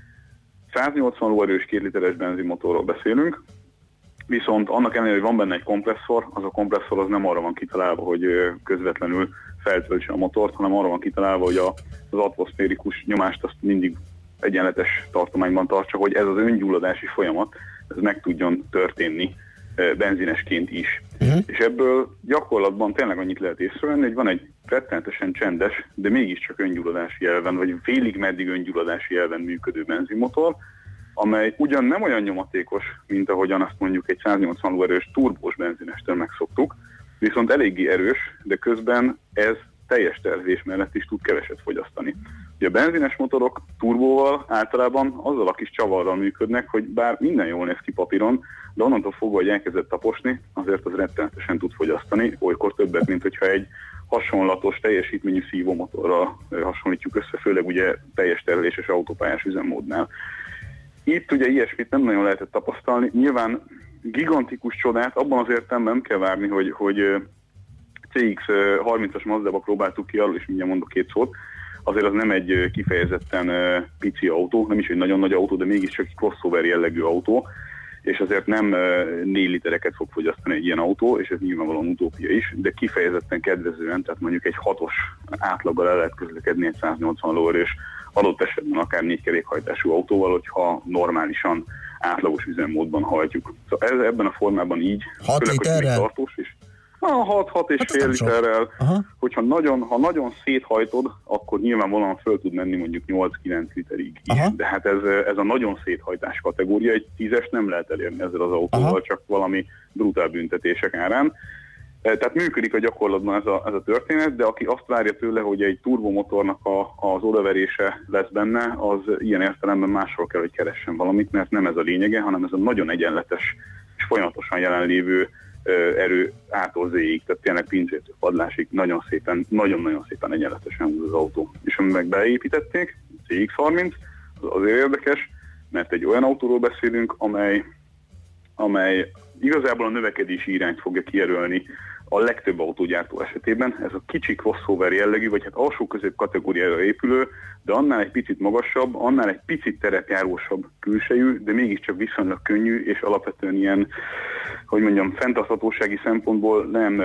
180 lóerős 2 literes benzinmotorról beszélünk, viszont annak ellenére, hogy van benne egy kompresszor, az a kompresszor az nem arra van kitalálva, hogy közvetlenül feltöltse a motort, hanem arra van kitalálva, hogy az atmoszférikus nyomást azt mindig egyenletes tartományban tartsa, hogy ez az öngyulladási folyamat, ez meg tudjon történni benzinesként is. És ebből gyakorlatban tényleg annyit lehet észrevenni, hogy van egy rettenetesen csendes, de mégiscsak öngyulladási jelven, vagy félig meddig öngyulladási jelven működő benzinmotor, amely ugyan nem olyan nyomatékos, mint ahogyan azt mondjuk egy 180 lóerős turbós benzinestől megszoktuk, viszont eléggé erős, de közben ez teljes terhelés mellett is tud keveset fogyasztani. Ugye a benzines motorok turbóval általában azzal a kis csavarral működnek, hogy bár minden jól néz ki papíron, de onnantól fogva, hogy elkezdett taposni, azért az rettenetesen tud fogyasztani, olykor többet, mint hogyha egy hasonlatos teljesítményű szívómotorral hasonlítjuk össze, főleg ugye teljes terheléses autópályás üzemmódnál. Itt ugye ilyesmit nem nagyon lehetett tapasztalni. Nyilván gigantikus csodát abban az értelemben nem kell várni, hogy CX-30-as Mazdába próbáltuk ki, arról is mindjárt mondok 2 szót. Azért az nem egy kifejezetten pici autó, nem is egy nagyon nagy autó, de mégiscsak egy crossover jellegű autó, és azért nem 4 litereket fog fogyasztani egy ilyen autó, és ez nyilvánvalóan utópia is, de kifejezetten kedvezően, tehát mondjuk egy 6-os átlaggal el lehet közlekedni egy 180 lóerős, adott esetben akár 4 kerékhajtású autóval, hogyha normálisan átlagos üzemmódban hajtjuk. Szóval ez ebben a formában így. 6 literrel? Tartós is. 6 és fél literrel. Ha nagyon széthajtod, akkor nyilvánvalóan föl tud menni mondjuk 8-9 literig. De hát ez a nagyon széthajtás kategória, egy 10-es nem lehet elérni ezzel az autóval, csak valami brutál büntetések árán. Tehát működik a gyakorlatban ez a történet, de aki azt várja tőle, hogy egy turbomotornak az odaverése lesz benne, az ilyen értelemben másról kell, hogy keressen valamit, mert nem ez a lényege, hanem ez a nagyon egyenletes és folyamatosan jelenlévő erő ától Z-ig, tehát tényleg pincétől padlásig nagyon-nagyon szépen egyenletesen húz az autó. És amikor meg beépítették, CX-30, az azért érdekes, mert egy olyan autóról beszélünk, amely igazából a növekedési irányt fogja kijelölni a legtöbb autógyártó esetében. Ez a kicsi crossover jellegű, vagy hát alsó-közép kategóriára épülő, de annál egy picit magasabb, annál egy picit terepjárósabb külsejű, de mégiscsak viszonylag könnyű, és alapvetően ilyen, hogy mondjam, fenntarthatósági szempontból nem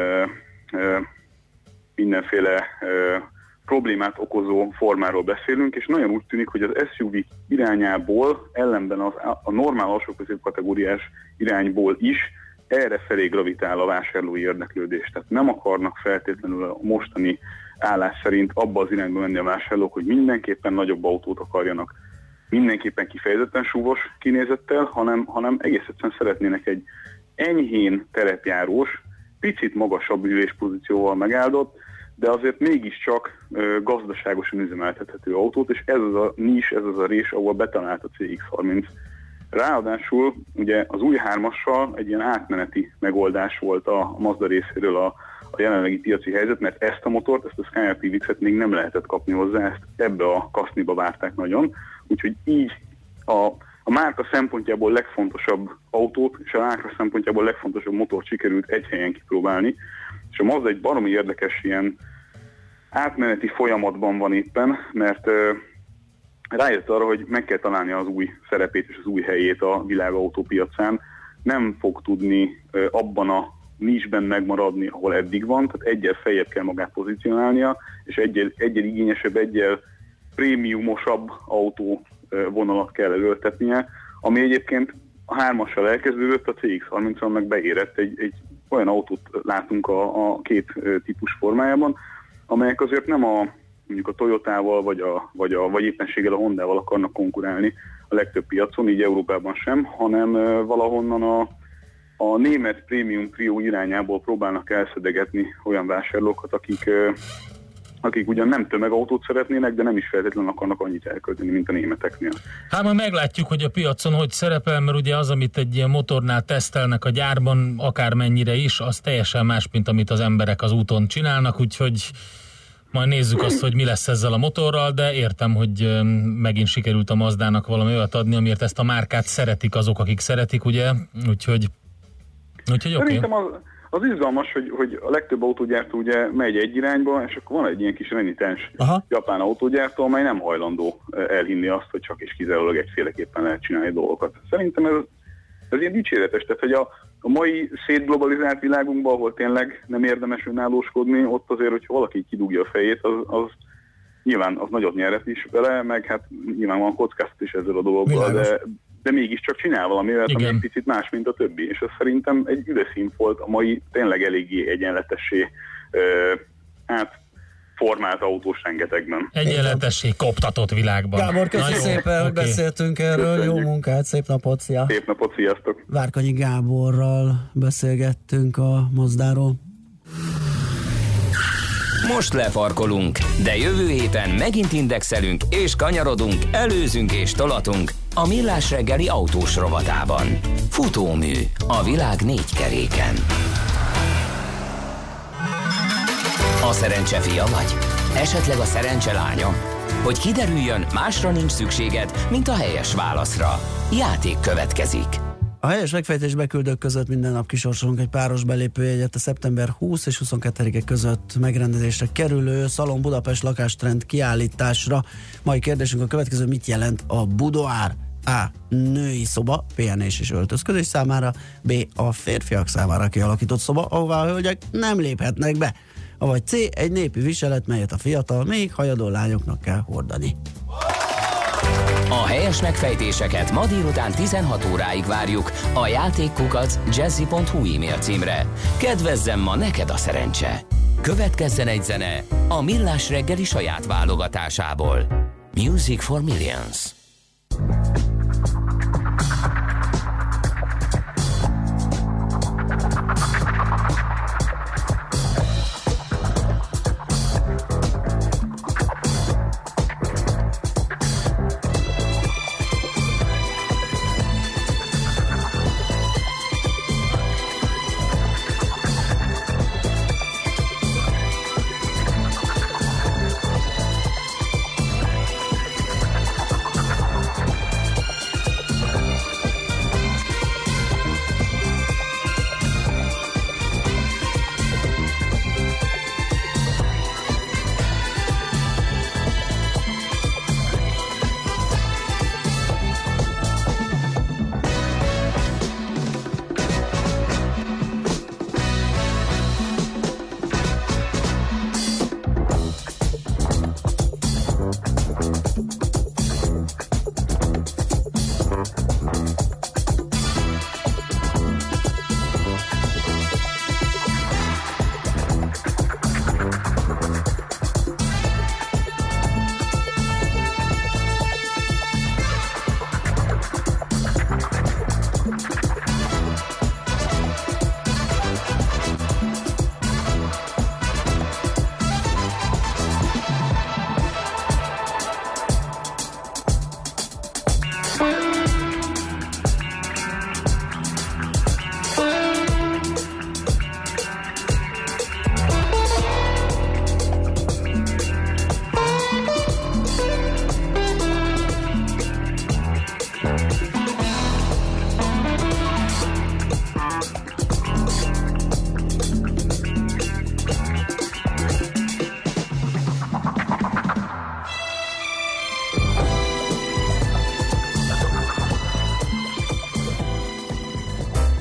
mindenféle problémát okozó formáról beszélünk, és nagyon úgy tűnik, hogy az SUV irányából, ellenben a normál alsó-közép kategóriás irányból is erre felé gravitál a vásárlói érdeklődés. Tehát nem akarnak feltétlenül a mostani állás szerint abba az irányba menni a vásárlók, hogy mindenképpen nagyobb autót akarjanak, mindenképpen kifejezetten súlyos kinézettel, hanem egész egyszerűen szeretnének egy enyhén terepjárós, picit magasabb üléspozícióval megáldott, de azért mégiscsak gazdaságosan üzemeltethető autót, és ez az a nis, ez az a rés, ahol betalált a CX-30. Ráadásul ugye az új 3-assal egy ilyen átmeneti megoldás volt a Mazda részéről a jelenlegi piaci helyzet, mert ezt a motort, ezt a Scania PVX-et még nem lehetett kapni hozzá, ezt ebbe a kaszniba várták nagyon, úgyhogy így a márka szempontjából legfontosabb autót és a márka szempontjából legfontosabb motort sikerült egy helyen kipróbálni, és a Mazda egy baromi érdekes ilyen átmeneti folyamatban van éppen, mert rájött arra, hogy meg kell találni az új szerepét és az új helyét a világautópiacán. Nem fog tudni abban a nisben megmaradni, ahol eddig van, tehát egyel feljebb kell magát pozícionálnia, és egyel igényesebb, egyel prémiumosabb autó vonalat kell erőltetnie, ami egyébként a 3-assal elkezdődött, a CX-30-on meg beérett, egy olyan autót látunk a két típus formájában, amelyek azért nem mondjuk a Toyotával vagy éppenséggel a Hondával akarnak konkurálni a legtöbb piacon, így Európában sem, hanem valahonnan a német prémium trió irányából próbálnak elszedegetni olyan vásárlókat, akik ugyan nem tömegautót szeretnének, de nem is feltétlenül akarnak annyit elkölteni, mint a németeknél. Hát majd meglátjuk, hogy a piacon hogy szerepel, mert ugye az, amit egy ilyen motornál tesztelnek a gyárban, akármennyire is, az teljesen más, mint amit az emberek az úton csinálnak, úgyhogy majd nézzük azt, hogy mi lesz ezzel a motorral, de értem, hogy megint sikerült a Mazdának valami olyat adni, amiért ezt a márkát szeretik azok, akik szeretik, ugye? Úgyhogy szerintem az izgalmas, hogy a legtöbb autógyártó ugye megy egy irányba, és akkor van egy ilyen kis renitens japán autógyártó, amely nem hajlandó elhinni azt, hogy csak és kizárólag egyféleképpen lehet csinálni dolgokat. Szerintem ez ilyen dicséretes, tehát hogy a mai szétglobalizált világunkban, ahol tényleg nem érdemes önállóskodni, ott azért, hogyha valaki kidugja a fejét, az nyilván az nagyot nyerhet is vele, meg hát nyilván van kockázat is ezzel a dologgal, de mégiscsak csinál valami olyat, ami egy picit más, mint a többi, és ez szerintem egy üdeszín volt a mai tényleg eléggé egyenletessé átformált autós rengetegben. Egyenletessé koptatott világban. Gábor, köszönjük szépen, hogy beszéltünk erről. Köszönjük. Jó munkát, szép napot, szia! Szép napot, sziasztok! Várkonyi Gáborral beszélgettünk a Mazdáról. Most lefarkolunk, de jövő héten megint indexelünk és kanyarodunk, előzünk és tolatunk a Millás reggeli autós rovatában. Futómű a világ 4 keréken. A szerencse fia vagy? Esetleg a szerencse lánya? Hogy kiderüljön, másra nincs szükséged, mint a helyes válaszra. Játék következik. A helyes megfejtés beküldők között minden nap kisorsolunk egy páros belépőjegyet a szeptember 20 és 22-e között megrendezésre kerülő Szalon Budapest lakástrend kiállításra. Mai kérdésünk a következő: mit jelent a boudoir? A. Női szoba, pihenés és öltözködés számára. B. A férfiak számára kialakított szoba, ahová a hölgyek nem léphetnek be. Vagy C. Egy népi viselet, melyet a fiatal, még hajadó lányoknak kell hordani. A helyes megfejtéseket ma délután 16 óráig várjuk a játékkukac@jazzy.hu e-mail címre. Kedvezzem ma neked a szerencse! Következzen egy zene a Millás reggeli saját válogatásából. Music for Millions.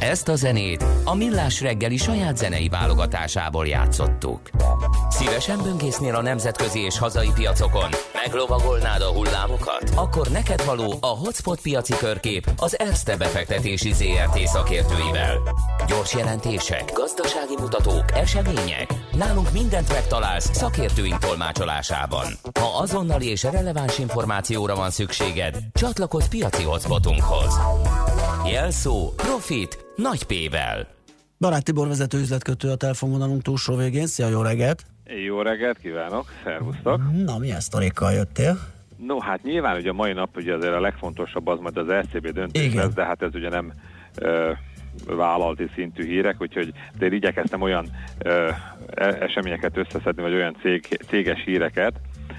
Ezt a zenét a Millás reggeli saját zenei válogatásából játszottuk. Szívesen böngésznél a nemzetközi és hazai piacokon? Meglovagolnád a hullámokat? Akkor neked való a Hotspot piaci körkép az Erste befektetési ZRT szakértőivel. Gyors jelentések, gazdasági mutatók, események. Nálunk mindent megtalálsz szakértőink tolmácsolásában. Ha azonnali és releváns információra van szükséged, csatlakozz piaci hotspotunkhoz. Jelszó Profit nagy P-vel. Barát Tibor vezető üzletkötő a telefonvonalunk túlsó végén. Szia, jó reggelt! Jó reggelt kívánok, szervusztok! Na, milyen sztorikkal jöttél? No, hát nyilván ugye a mai nap ugye azért a legfontosabb az majd az ECB döntés lesz, de hát ez ugye nem vállalati szintű hírek, úgyhogy de én igyekeztem olyan eseményeket összeszedni, vagy olyan céges híreket,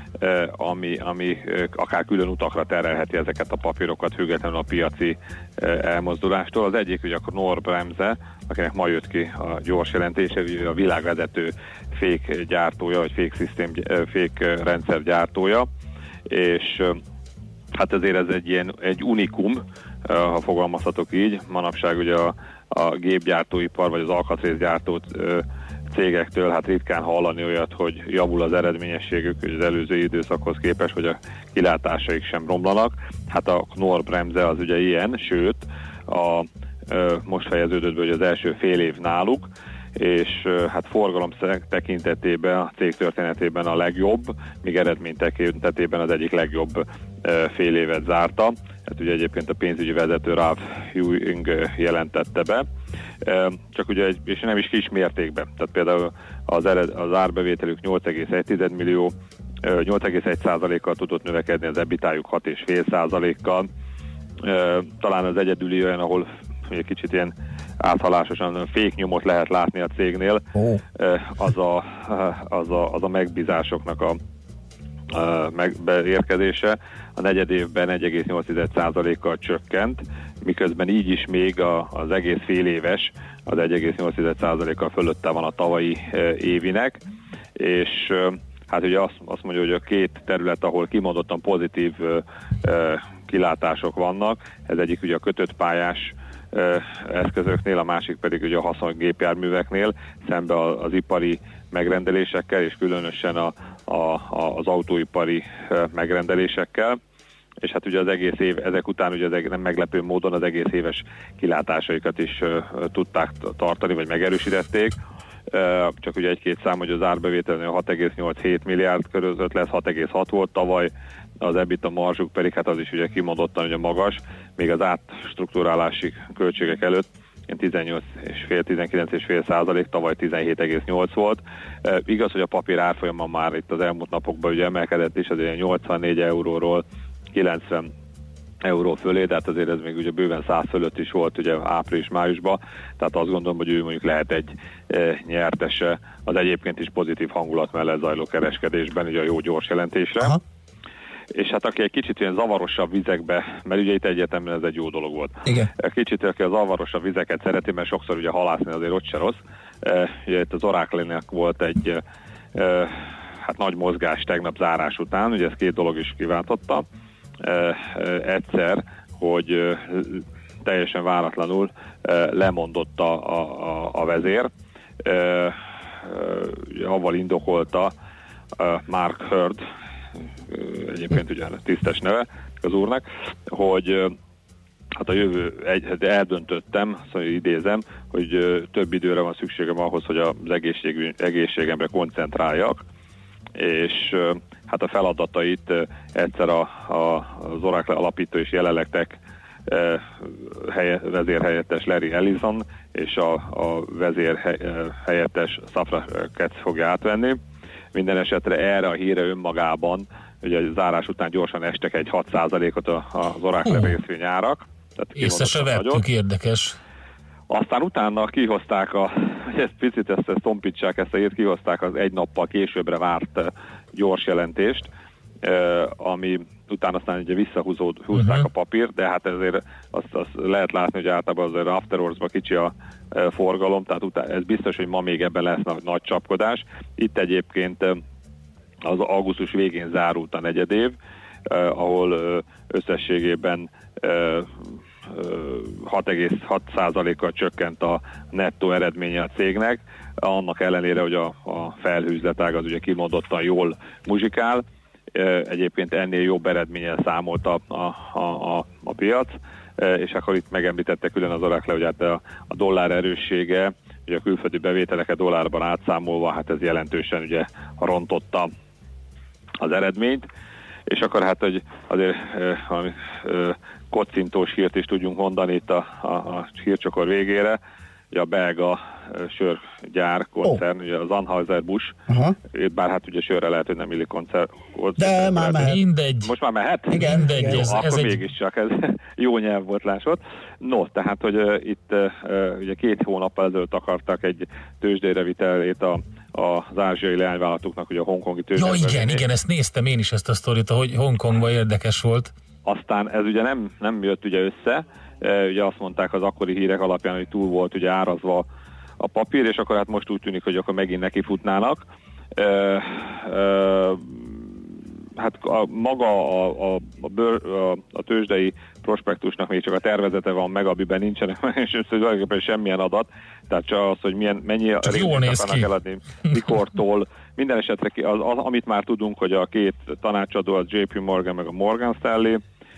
ami akár külön utakra terelheti ezeket a papírokat, függetlenül a piaci elmozdulástól. Az egyik ugye akkor Knorr-Bremse, akinek ma jött ki a gyors jelentése, ugye a világvezető fékgyártója, vagy fékrendszer gyártója, és hát ezért ez egy unikum, ha fogalmazhatok így. Manapság ugye a gépgyártóipar, vagy az alkatrészgyártó cégektől hát ritkán hallani olyat, hogy javul az eredményességük, hogy az előző időszakhoz képest, hogy a kilátásaik sem romlanak. Hát a Knorr-Bremse az ugye ilyen, sőt, most fejeződött be, hogy az első fél év náluk, és hát forgalom tekintetében, a cég történetében a legjobb, míg eredmény tekintetében az egyik legjobb fél évet zárta. Hát ugye egyébként a pénzügyi vezető Ralph Ewing jelentette be, csak ugye, és nem is kis mértékben. Tehát például az árbevételük 8,1 millió, 8,1%-kal tudott növekedni, az EBITDA-juk 6,5%-kal. Talán az egyedüli olyan, ahol egy kicsit ilyen áthalásosan féknyomot lehet látni a cégnél, az a megbízásoknak a beérkezése. A negyed évben 1,8%-kal csökkent, miközben így is még az egész fél éves az 1,8%-kal fölötte van a tavalyi évinek, és hát ugye azt mondja, hogy a két terület, ahol kimondottan pozitív kilátások vannak, ez egyik ugye a kötött pályás eszközöknél, a másik pedig ugye a haszongépjárműveknél, szembe az ipari megrendelésekkel, és különösen az autóipari megrendelésekkel. És hát ugye az egész év, ezek után ugye nem meglepő módon az egész éves kilátásaikat is tudták tartani, vagy megerősítették. Csak ugye egy-két szám, hogy az árbevételnél 6,87 milliárd között lesz, 6,6 volt tavaly, az EBITDA marzsuk pedig hát az is ugye kimondottan ugye magas, még az átstruktúrálási költségek előtt 19,5%, tavaly 17,8 volt. Igaz, hogy a papír árfolyama már itt az elmúlt napokban ugye emelkedett is, azért 84 euróról 90 euró fölé, de hát azért ez még ugye bőven 100 fölött is volt ugye április-májusban, tehát azt gondolom, hogy ő mondjuk lehet egy nyertese az egyébként is pozitív hangulat mellett zajló kereskedésben, ugye a jó gyors jelentésre. Aha. És hát aki egy kicsit ilyen zavarosabb vizekbe, mert ugye itt egyetemben ez egy jó dolog volt. Igen. Kicsit aki a zavarosabb vizeket szereti, mert sokszor ugye halászni azért ott se rossz. Ugye itt az Oracle-nek volt egy hát nagy mozgás tegnap zárás után, ugye ez két dolog is kiváltotta. Egyszer, hogy teljesen váratlanul lemondott a vezér, avval indokolta Mark Hurd, egyébként ugye tisztes neve az úrnak, hogy hát a jövő, eldöntöttem, szóval idézem, hogy több időre van szükségem ahhoz, hogy az egészségemre koncentráljak, és hát a feladatait egyszer az Oracle alapító és jelenleg tech vezérhelyettes Larry Ellison és a vezérhelyettes Safra Katz fogja átvenni. Minden esetre erre a híre önmagában, ugye a zárás után gyorsan estek egy 6%-ot az Oracle részvényárak. Észre se vettük, érdekes. Aztán utána kihozták picit tompítsák ezt a hírt, kihozták az egy nappal későbbre várt gyors jelentést, ami utána aztán ugye visszahúzták a papírt, de hát ezért azt lehet látni, hogy általában azért After Hours-ban kicsi a forgalom, tehát ez biztos, hogy ma még ebben lesz nagy csapkodás. Itt egyébként az augusztus végén zárult a negyedév, ahol összességében 6,6%-kal csökkent a nettó eredménye a cégnek, annak ellenére, hogy a felhőzletág az ugye kimondottan jól muzsikál, egyébként ennél jobb eredménnyel számolt a piac, és akkor itt megemlítette külön az Oracle, hogy hát a dollár erőssége, ugye a külföldi bevételeket dollárban átszámolva, hát ez jelentősen ugye rontotta az eredményt, és akkor hát, hogy azért valami kocintós hírt is tudjunk mondani itt a hírcsokor végére, ugye a belga sörgyár koncern, ugye az Anheuser-Busch, bár hát ugye sörre lehet, hogy nem illik koncern. De már mehet. Mindegy. Most már mehet? Igen. Mindegy. Jó, Ez akkor mégiscsak ez jó nyelvbotlás volt. No, tehát, hogy itt ugye 2 hónappal ezelőtt akartak egy tőzsdére vitelét az ázsiai leányvállalatoknak, ugye a hongkongi tőzsdére. Ja, igen, ezt néztem én is ezt a sztorit, hogy Hongkongban érdekes volt. Aztán ez ugye nem jött ugye össze, ugye azt mondták az akkori hírek alapján, hogy túl volt ugye árazva a papír, és akkor hát most úgy tűnik, hogy akkor megint nekifutnának. Hát maga a tőzsdei prospektusnak még csak a tervezete van meg, amiben nincsenek, és tulajdonképpen semmilyen adat, tehát csak az, hogy mennyi részt akarnak eladni, mikortól. Minden esetre amit már tudunk, hogy a 2 tanácsadó, a JP Morgan meg a Morgan Stanley,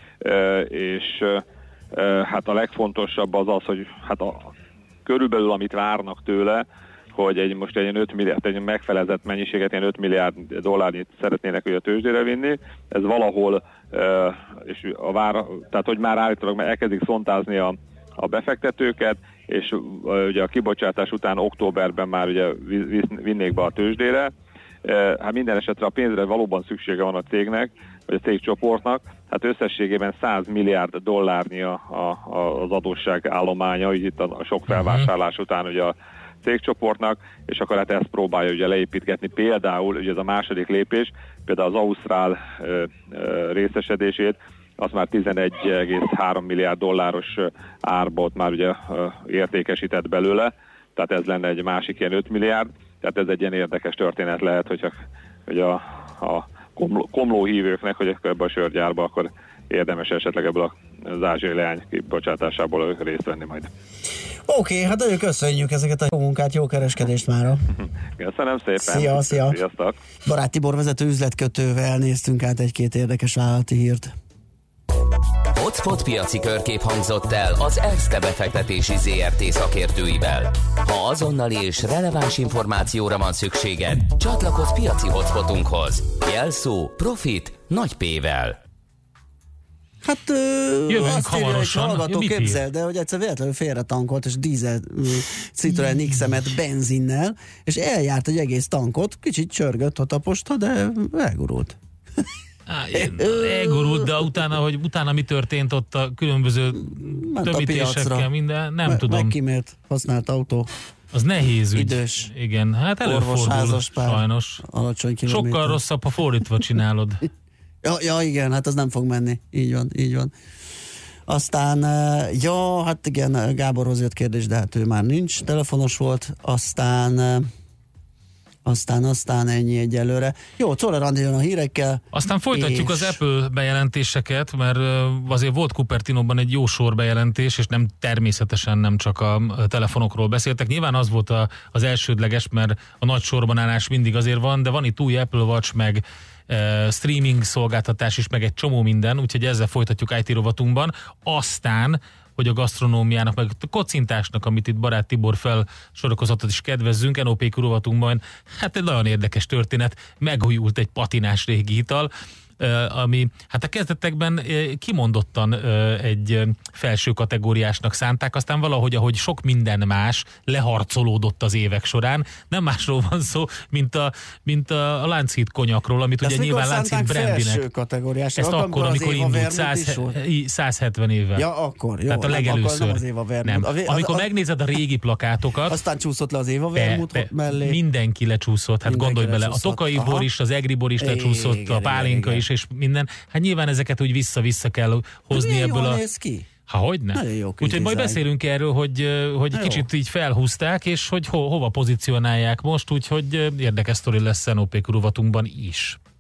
és hát a legfontosabb az, hogy hát körülbelül amit várnak tőle, hogy most egy 5 milliárd, egy megfelezett mennyiséget, ilyen 5 milliárd dollárnyit szeretnének ugye a tőzsdére vinni. Ez valahol, és tehát hogy már állítólag elkezdik szontázni a befektetőket, és ugye a kibocsátás után októberben már ugye vinnék be a tőzsdére. Hát minden esetre a pénzre valóban szüksége van a cégnek, vagy a cégcsoportnak, hát összességében 100 milliárd dollárnyi az adósság állománya, így itt a sok felvásárlás után ugye a cégcsoportnak, és akkor hát ezt próbálja ugye leépítgetni. Például, ugye ez a második lépés, például az ausztrál részesedését, az már 11,3 milliárd dolláros árból már ugye értékesített belőle, tehát ez lenne egy másik ilyen 5 milliárd, tehát ez egy ilyen érdekes történet lehet, hogy a komlóhívőknek, hogy ebbe a sörgyárba akkor érdemes esetleg ebből az ázsiai leány kibocsátásából részt venni majd. Oké, hát nagyon köszönjük ezeket a jó munkát, jó kereskedést mára. Köszönöm szépen. Szia. Sziasztok. Barát Tibor vezető üzletkötővel néztünk át 1-2 érdekes vállalati hírt. Hotspot piaci körkép hangzott el az Erste befektetési ZRT szakértőivel. Ha azonnali és releváns információra van szükséged, csatlakozz piaci hotspotunkhoz. Jelszó Profit nagy P-vel. Hát azt írja, hogy hallgató, képzeld el, hogy egyszer véletlenül félretankolt, és dízel Citroen X-emet benzinnel, és eljárt egy egész tankot, kicsit csörgött a taposta, de elgurult. Elgurult, de utána mi történt ott a különböző tömítésekkel, minden, nem tudom. Megkímélt használt autó. Az nehéz ügy. Idős. Igen, hát előfordul sajnos. Alacsony kilométer. Sokkal rosszabb, ha fordítva csinálod. Ja, igen, hát az nem fog menni. Így van. Aztán, hát igen, Gáborhoz jött kérdés, de hát ő már nincs, telefonos volt, aztán ennyi egyelőre. Jó, Czoller Andi jön a hírekkel. Aztán folytatjuk az Apple bejelentéseket, mert azért volt Cupertinóban egy jó sor bejelentés, és természetesen nem csak a telefonokról beszéltek. Nyilván az volt az elsődleges, mert a nagy sorban állás mindig azért van, de van itt új Apple Watch, meg streaming szolgáltatás is, meg egy csomó minden, úgyhogy ezzel folytatjuk IT rovatunkban. Aztán, hogy a gasztronómiának, meg a kocintásnak, amit itt Barát Tibor felsorokozatot is kedvezzünk, NOPQ rovatunkban, hát egy nagyon érdekes történet, megújult egy patinás régi ital, ami hát a kezdetekben kimondottan egy felső kategóriásnak szánták, aztán valahogy, ahogy sok minden más leharcolódott az évek során, nem másról van szó, mint a Lánchíd konyakról, amit ugye nyilván Lánchíd brandinek. Felső kategóriásnak? Ezt akkor, amikor indult 170 évvel. Ja, akkor. Jó, tehát a legelőször. Nem. Amikor megnézed a régi plakátokat, aztán csúszott le az Éva Vermut mellé. Mindenki lecsúszott, hát gondolj bele, a tokai bor is, az egri bor is lecsúszott, a pálinka is, és minden. Hát nyilván ezeket úgy vissza-vissza kell hozni ebből a... néz ki. Hogyne? Úgyhogy majd beszélünk erről, hogy kicsit így felhúzták, és hogy hova pozícionálják most, úgyhogy érdekes sztori lesz NOPQ rovatunkban is.